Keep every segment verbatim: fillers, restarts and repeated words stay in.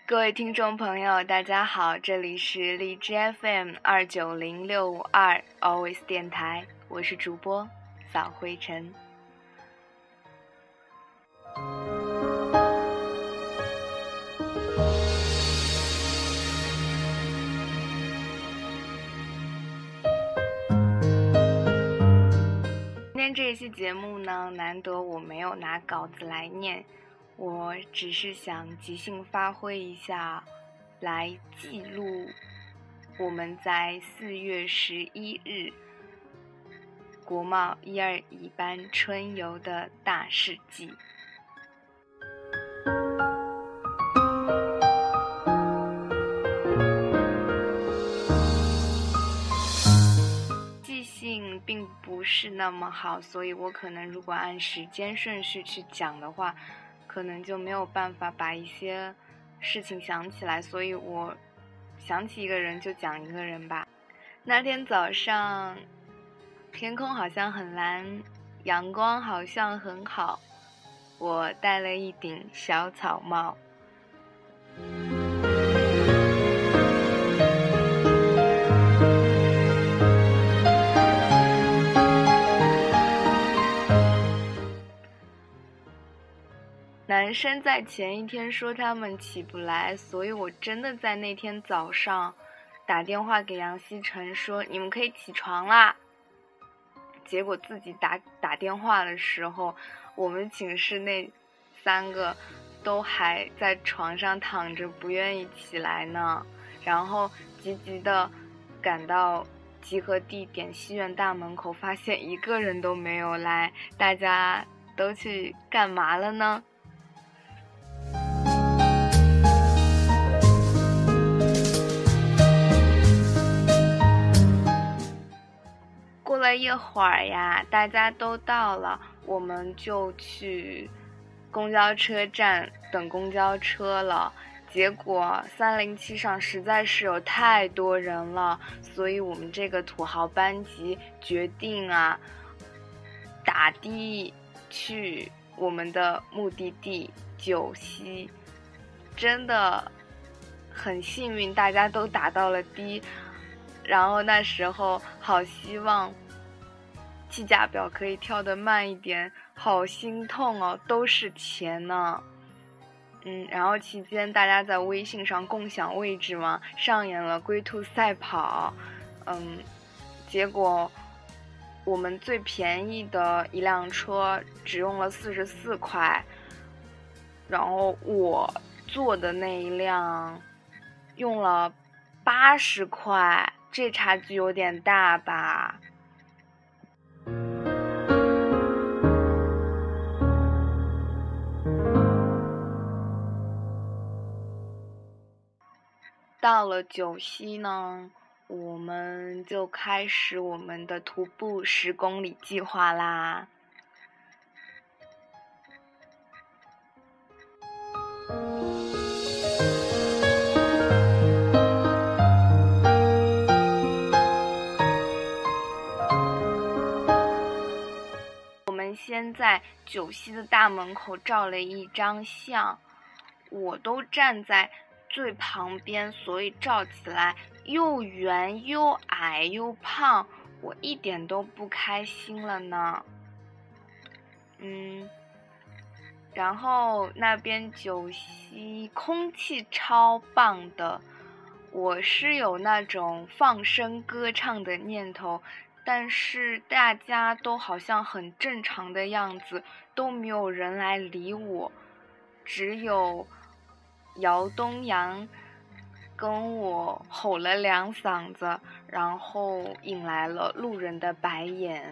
各位听众朋友大家好，这里是荔枝 F M 二九零六五二 Always 电台，我是主播扫灰尘。今天这一期节目呢，难得我没有拿稿子来念，我只是想即兴发挥一下，来记录我们在四月十一日国贸一二乙班春游的大事记。记性并不是那么好，所以我可能如果按时间顺序去讲的话，可能就没有办法把一些事情想起来，所以我想起一个人就讲一个人吧。那天早上天空好像很蓝，阳光好像很好，我戴了一顶小草帽。男生在前一天说他们起不来，所以我真的在那天早上打电话给杨希晨说你们可以起床啦。结果自己打打电话的时候，我们寝室那三个都还在床上躺着不愿意起来呢，然后急急的赶到集合地点西苑大门口，发现一个人都没有来，大家都去干嘛了呢？过了一会儿呀，大家都到了，我们就去公交车站等公交车了。结果三零七上实在是有太多人了，所以我们这个土豪班级决定啊，打的去我们的目的地九溪。真的很幸运，大家都打到了的。然后那时候好希望气价表可以跳得慢一点，好心痛哦，都是钱呢。嗯，然后期间大家在微信上共享位置嘛，上演了龟兔赛跑。嗯，结果我们最便宜的一辆车只用了四十四块，然后我坐的那一辆用了八十块，这差距有点大吧。到了九溪呢，我们就开始我们的徒步十公里计划啦。我们先在九溪的大门口照了一张相，我都站在最旁边，所以照起来又圆又矮又胖，我一点都不开心了呢。嗯，然后那边九溪空气超棒的，我是有那种放声歌唱的念头，但是大家都好像很正常的样子，都没有人来理我，只有姚东阳跟我吼了两嗓子，然后引来了路人的白眼。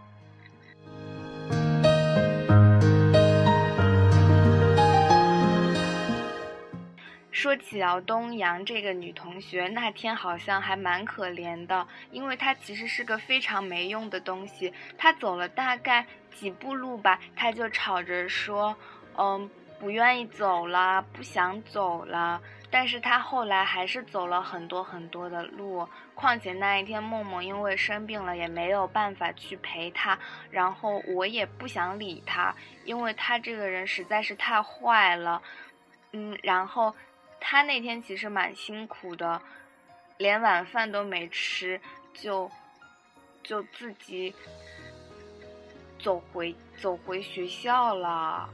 说起姚东阳这个女同学，那天好像还蛮可怜的，因为她其实是个非常没用的东西。她走了大概几步路吧，她就吵着说嗯，不愿意走了，不想走了。但是她后来还是走了很多很多的路，况且那一天梦梦因为生病了，也没有办法去陪她，然后我也不想理她，因为她这个人实在是太坏了。嗯，然后他那天其实蛮辛苦的，连晚饭都没吃，就就自己走回走回学校了。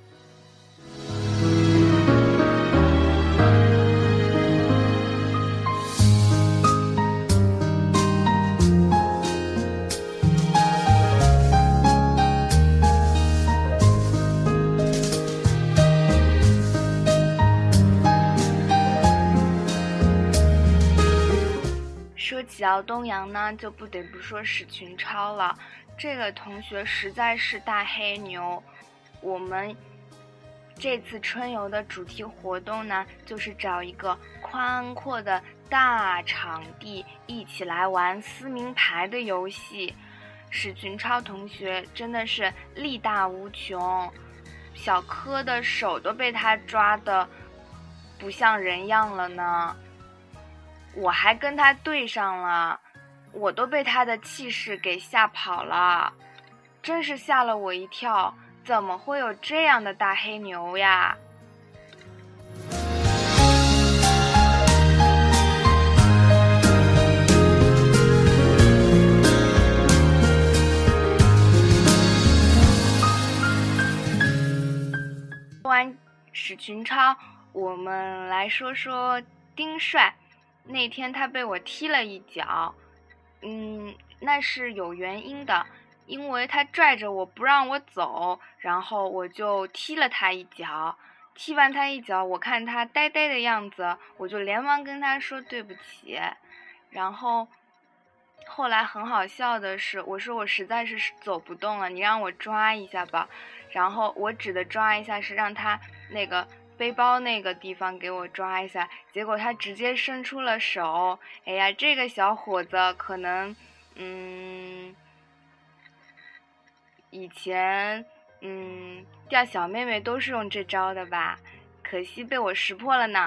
说起姚东阳呢，就不得不说史群超了。这个同学实在是大黑牛。我们这次春游的主题活动呢，就是找一个宽阔的大场地，一起来玩撕名牌的游戏。史群超同学真的是力大无穷，小柯的手都被他抓得不像人样了呢。我还跟他对上了，我都被他的气势给吓跑了，真是吓了我一跳，怎么会有这样的大黑牛呀？说完史群超，我们来说说丁帅。那天他被我踢了一脚，嗯，那是有原因的，因为他拽着我不让我走，然后我就踢了他一脚。踢完他一脚，我看他呆呆的样子，我就连忙跟他说对不起。然后后来很好笑的是，我说我实在是走不动了，你让我抓一下吧。然后我指的抓一下是让他那个背包那个地方给我抓一下，结果他直接伸出了手。哎呀，这个小伙子可能嗯以前嗯钓小妹妹都是用这招的吧，可惜被我识破了呢。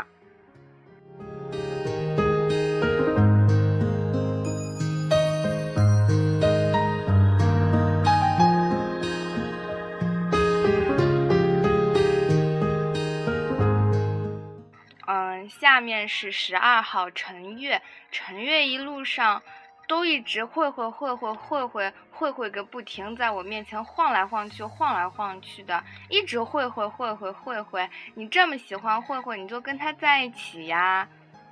下面是十二号陈月，陈月一路上都一直会会会会会会会会个不停，在我面前晃来晃去晃来晃去的，一直会会会会会会。你这么喜欢会会，你就跟他在一起呀。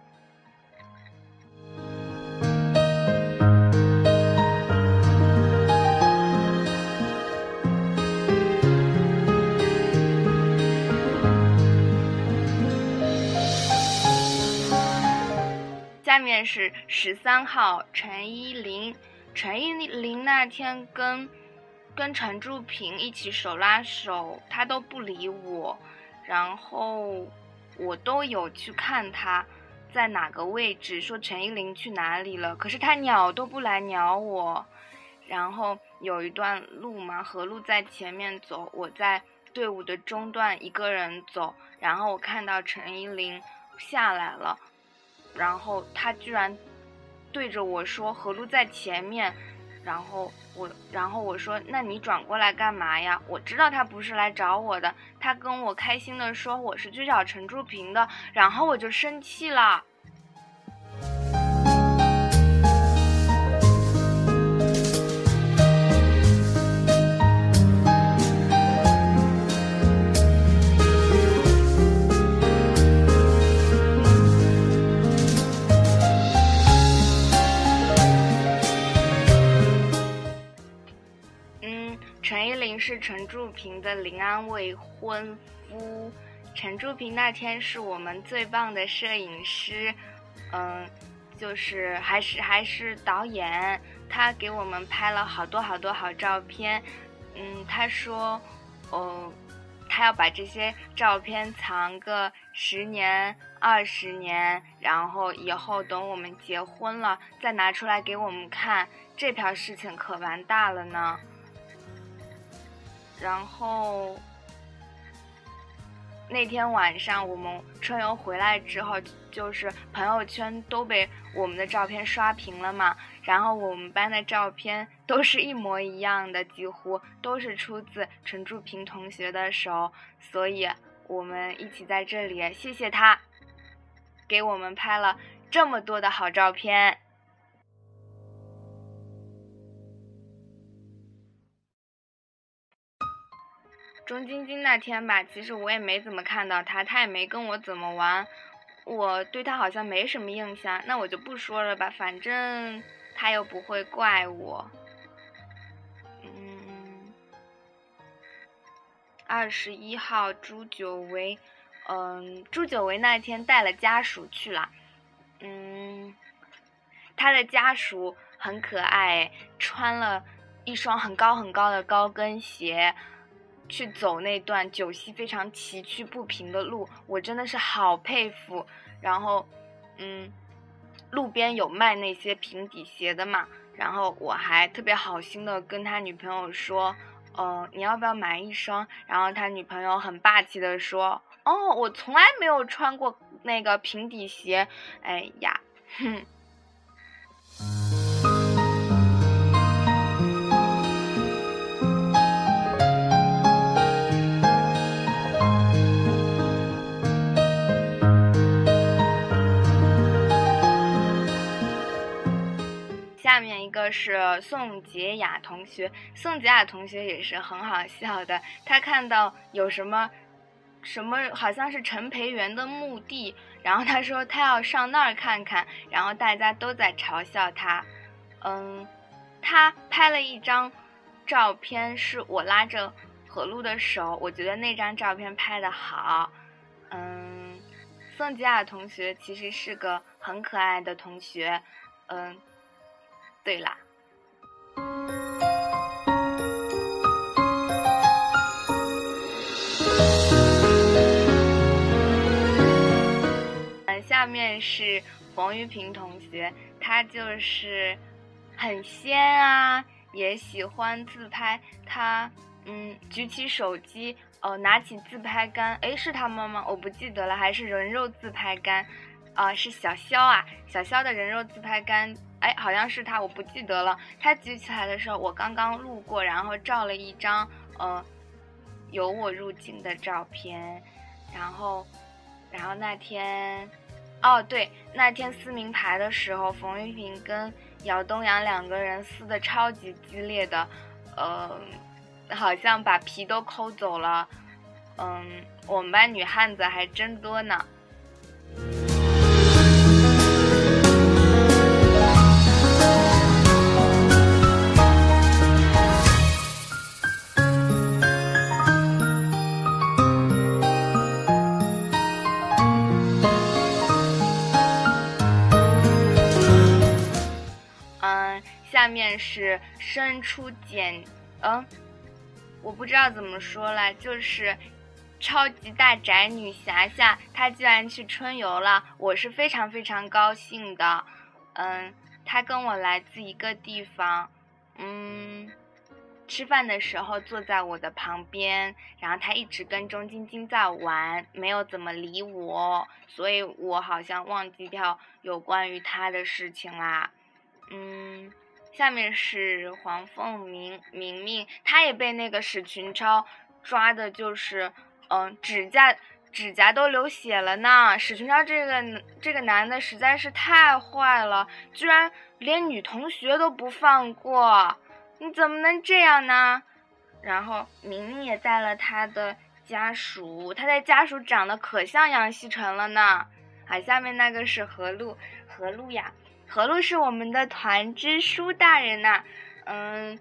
下面是十三号陈依林，陈依林那天跟跟陈柱平一起手拉手，他都不理我，然后我都有去看他在哪个位置，说陈依林去哪里了，可是他鸟都不来鸟我。然后有一段路嘛，河路在前面走，我在队伍的中段一个人走，然后我看到陈依林下来了，然后他居然对着我说河路在前面，然后我然后我说那你转过来干嘛呀？我知道他不是来找我的，他跟我开心的说我是去找陈柱平的，然后我就生气了。陈依林是陈柱平的临安未婚夫，陈柱平那天是我们最棒的摄影师，嗯，就是还是还是导演，他给我们拍了好多好多好照片，嗯，他说，哦，他要把这些照片藏个十年、二十年，然后以后等我们结婚了再拿出来给我们看，这票事情可完大了呢。然后那天晚上我们春游回来之后，就是朋友圈都被我们的照片刷屏了嘛，然后我们班的照片都是一模一样的，几乎都是出自陈柱平同学的手，所以我们一起在这里谢谢他。 给我们拍了这么多的好照片。钟晶晶那天吧，其实我也没怎么看到她，她也没跟我怎么玩，我对她好像没什么印象，那我就不说了吧，反正她又不会怪我。嗯，二十一号朱九维，嗯，朱九维那天带了家属去了，嗯，他的家属很可爱，穿了一双很高很高的高跟鞋。去走那段九溪非常崎岖不平的路，我真的是好佩服。然后，嗯，路边有卖那些平底鞋的嘛，然后我还特别好心的跟他女朋友说，呃，你要不要买一双？然后他女朋友很霸气的说，哦，我从来没有穿过那个平底鞋。哎呀，哼。下面一个是宋洁雅同学，宋洁雅同学也是很好笑的。他看到有什么什么好像是陈培元的墓地，然后他说他要上那儿看看，然后大家都在嘲笑他。嗯，他拍了一张照片，是我拉着何璐的手，我觉得那张照片拍得好。嗯，宋洁雅同学其实是个很可爱的同学。嗯。对啦，嗯，下面是冯玉萍同学，她就是很仙啊，也喜欢自拍。她嗯，举起手机，呃，拿起自拍杆，诶，是他们吗？我不记得了，还是人肉自拍杆？啊、呃，是小肖啊，小肖的人肉自拍杆。哎，好像是他，我不记得了。他举起来的时候，我刚刚路过，然后照了一张呃有我入镜的照片。然后，然后那天，哦对，那天撕名牌的时候，冯玉萍跟姚东阳两个人撕的超级激烈的，呃，好像把皮都抠走了。嗯，我们班女汉子还真多呢。下面是伸出简，嗯，我不知道怎么说了，就是超级大宅女霞霞，她居然去春游了，我是非常非常高兴的。嗯，她跟我来自一个地方，嗯，吃饭的时候坐在我的旁边，然后她一直跟钟晶晶在玩，没有怎么理我，所以我好像忘记掉有关于她的事情啦。嗯。下面是黄凤明明明，他也被那个史群超抓的，就是嗯，指甲指甲都流血了呢。史群超这个这个男的实在是太坏了，居然连女同学都不放过，你怎么能这样呢？然后明明也带了他的家属，他的家属长得可像杨希成了呢。好，下面那个是何璐，何璐呀。何璐是我们的团支书大人呐、啊，嗯，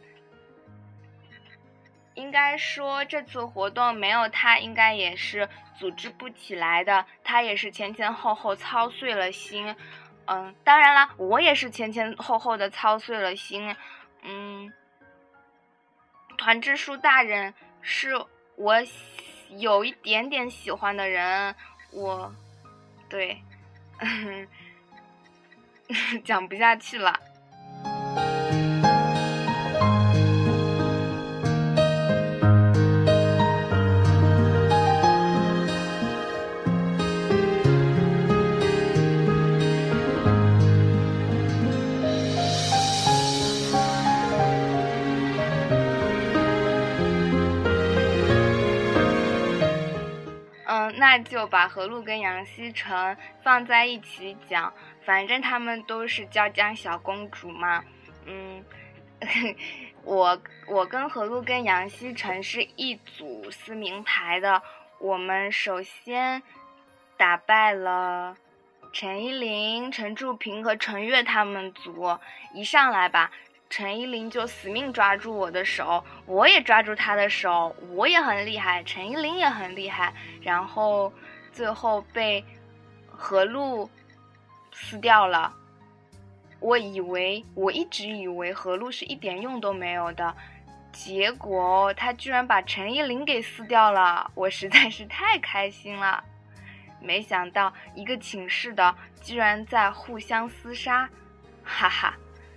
应该说这次活动没有他，应该也是组织不起来的。他也是前前后后操碎了心，嗯，当然啦，我也是前前后后的操碎了心，嗯，团支书大人是我有一点点喜欢的人，我，对。讲不下去了。嗯， 那就把何璐跟杨希成放在一起讲，反正他们都是椒江小公主嘛。嗯，我我跟何璐跟杨希成是一组撕名牌的，我们首先打败了陈依林、陈祝平和陈月他们组。一上来吧，陈依林就死命抓住我的手，我也抓住她的手，我也很厉害，陈依林也很厉害，然后最后被何璐撕掉了。我以为我一直以为何璐是一点用都没有的，结果她居然把陈依林给撕掉了，我实在是太开心了。没想到一个寝室的居然在互相厮杀，哈哈。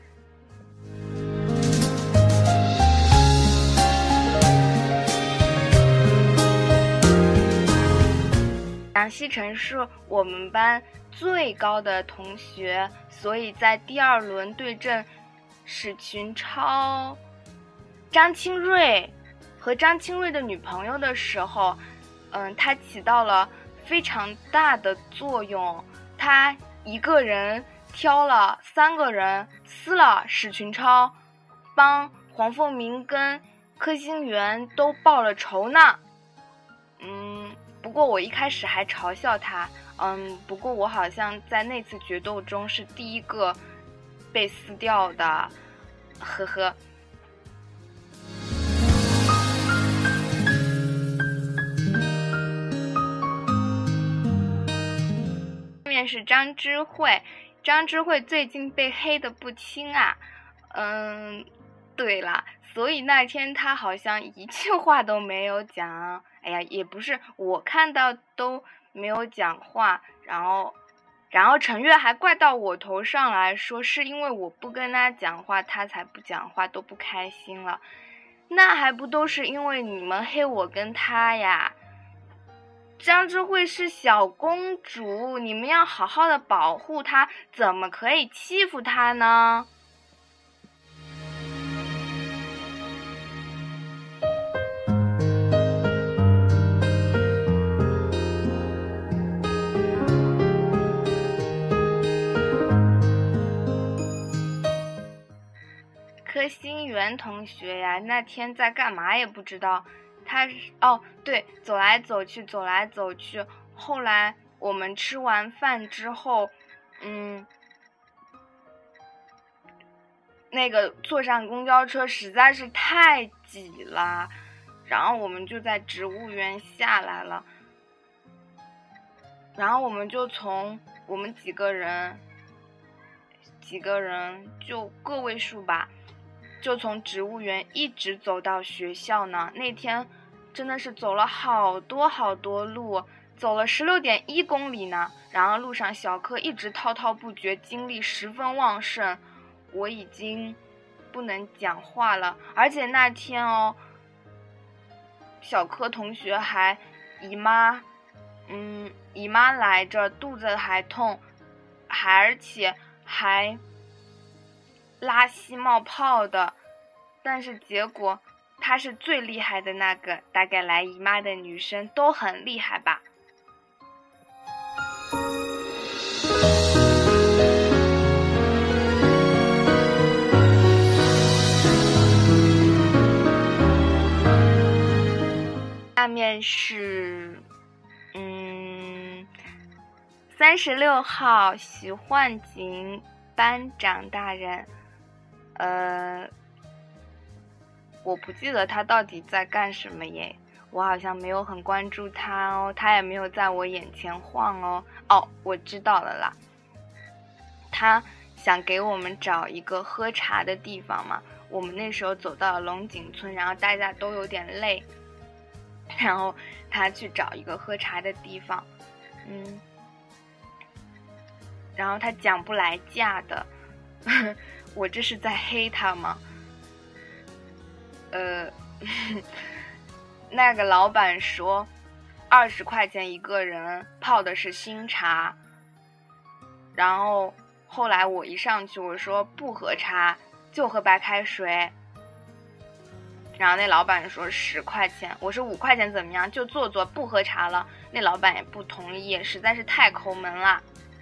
杨希成是我们班最高的同学，所以在第二轮对阵史群超、张清瑞和张清瑞的女朋友的时候，嗯，他起到了非常大的作用。他一个人挑了三个人撕了史群超，帮黄凤鸣跟柯星元都报了仇呢。嗯，不过我一开始还嘲笑他，嗯，不过我好像在那次决斗中是第一个被撕掉的，呵呵。下面是张之慧，张之慧最近被黑得不轻啊，嗯，对了，所以那天他好像一句话都没有讲。哎呀，也不是，我看到都没有讲话，然后然后陈月还怪到我头上来说是因为我不跟他讲话，他才不讲话，都不开心了。那还不都是因为你们黑我跟他呀？张之慧是小公主，你们要好好的保护她，怎么可以欺负她呢？柯星元同学呀，那天在干嘛也不知道。他是哦，对，走来走去，走来走去。后来我们吃完饭之后，嗯，那个坐上公交车实在是太挤了，然后我们就在植物园下来了。然后我们就从我们几个人，几个人就个位数吧。就从植物园一直走到学校呢，那天真的是走了好多好多路，走了十六点一公里呢。然后路上小柯一直滔滔不绝，精力十分旺盛，我已经不能讲话了。而且那天哦，小柯同学还姨妈，嗯，姨妈来着，肚子还痛，还而且还拉稀冒泡的，但是结果她是最厉害的那个，大概来姨妈的女生都很厉害吧。下面是嗯三十六号徐焕景班长大人，呃，我不记得他到底在干什么耶，我好像没有很关注他哦，他也没有在我眼前晃哦。哦，我知道了啦，他想给我们找一个喝茶的地方嘛。我们那时候走到了龙井村，然后大家都有点累，然后他去找一个喝茶的地方，嗯。然后他讲不来价的，我这是在黑他吗？呃，那个老板说二十块钱一个人，泡的是新茶。然后后来我一上去，我说不喝茶，就喝白开水。 然后那老板说十块钱，我说五块钱怎么样？就坐坐，不喝茶了。那老板也不同意，实在是太抠门了。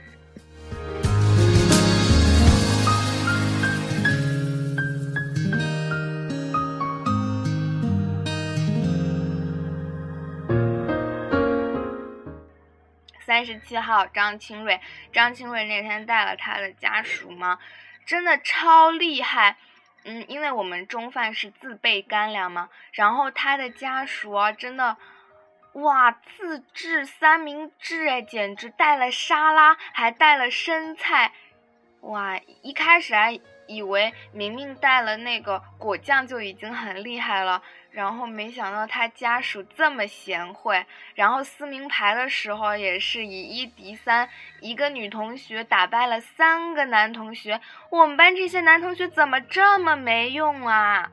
三十七号张清瑞，张清瑞那天带了他的家属嘛，真的超厉害。嗯，因为我们中饭是自备干粮嘛，然后他的家属啊，真的，哇，自制三明治哎，简直带了沙拉，还带了生菜，哇！一开始还以为明明带了那个果酱就已经很厉害了，然后没想到他家属这么贤惠，然后撕名牌的时候也是以一敌三，一个女同学打败了三个男同学，我们班这些男同学怎么这么没用啊？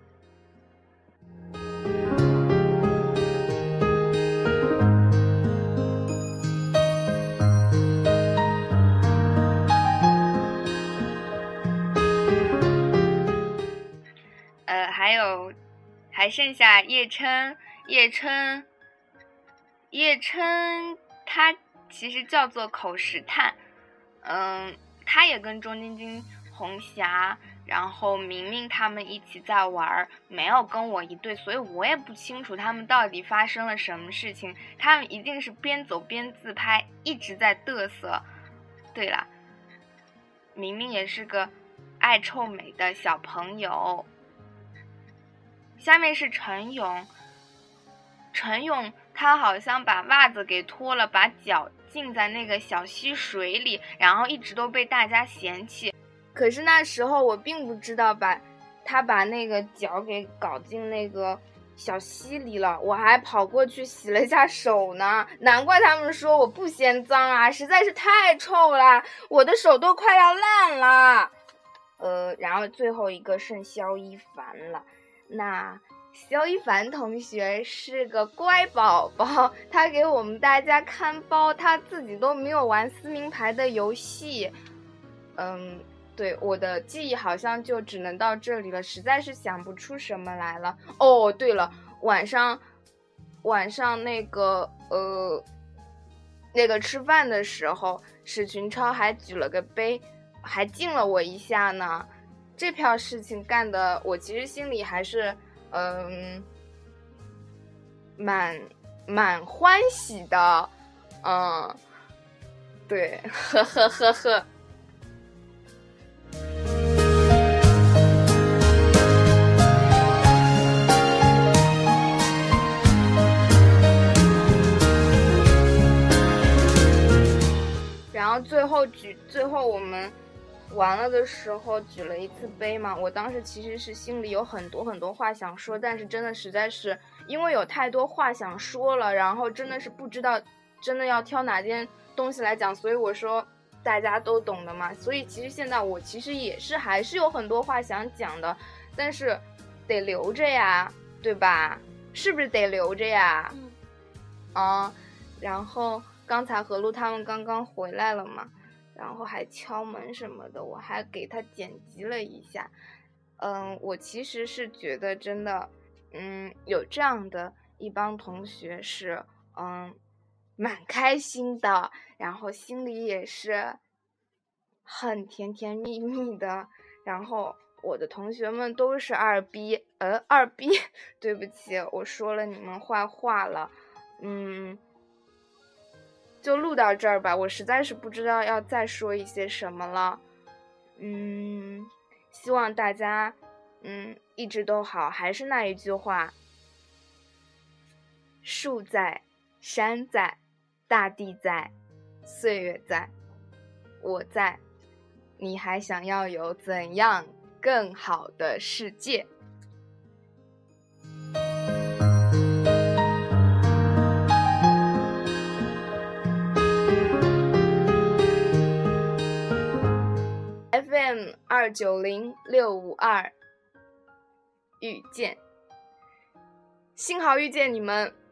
呃，还有，还剩下叶琛，叶琛，叶琛，他其实叫做口石炭，嗯，他也跟钟晶晶、红霞，然后明明他们一起在玩，没有跟我一队，所以我也不清楚他们到底发生了什么事情。他们一定是边走边自拍，一直在嘚瑟。对了，明明也是个爱臭美的小朋友。下面是陈勇，陈勇他好像把袜子给脱了，把脚浸在那个小溪水里，然后一直都被大家嫌弃。可是那时候我并不知道把他把那个脚给搞进那个小溪里了，我还跑过去洗了一下手呢，难怪他们说我不嫌脏啊，实在是太臭了，我的手都快要烂了。呃，然后最后一个剩肖一凡了。那肖一凡同学是个乖宝宝，他给我们大家看包，他自己都没有玩撕名牌的游戏。嗯，对，我的记忆好像就只能到这里了，实在是想不出什么来了。哦，对了，晚上晚上那个呃那个吃饭的时候，史群超还举了个杯，还敬了我一下呢。这票事情干的，我其实心里还是，嗯，蛮蛮欢喜的，嗯，对，呵呵呵呵。然后最后举，最后我们。完了的时候举了一次杯嘛，我当时其实是心里有很多很多话想说，但是真的实在是因为有太多话想说了，然后真的是不知道真的要挑哪件东西来讲，所以我说大家都懂的嘛。所以其实现在我其实也是还是有很多话想讲的，但是得留着呀，对吧？是不是得留着呀？嗯。啊，然后刚才何璐他们刚刚回来了嘛。然后还敲门什么的，我还给他剪辑了一下。嗯，我其实是觉得真的，嗯，有这样的一帮同学是，嗯，蛮开心的，然后心里也是很甜甜蜜蜜的。然后我的同学们都是二逼，呃，二逼，对不起，我说了你们坏话了，嗯。就录到这儿吧，我实在是不知道要再说一些什么了。嗯，希望大家嗯一直都好，还是那一句话，树在，山在，大地在，岁月在，我在，你还想要有怎样更好的世界？F M 二九零六五二，遇见，幸好遇见你们。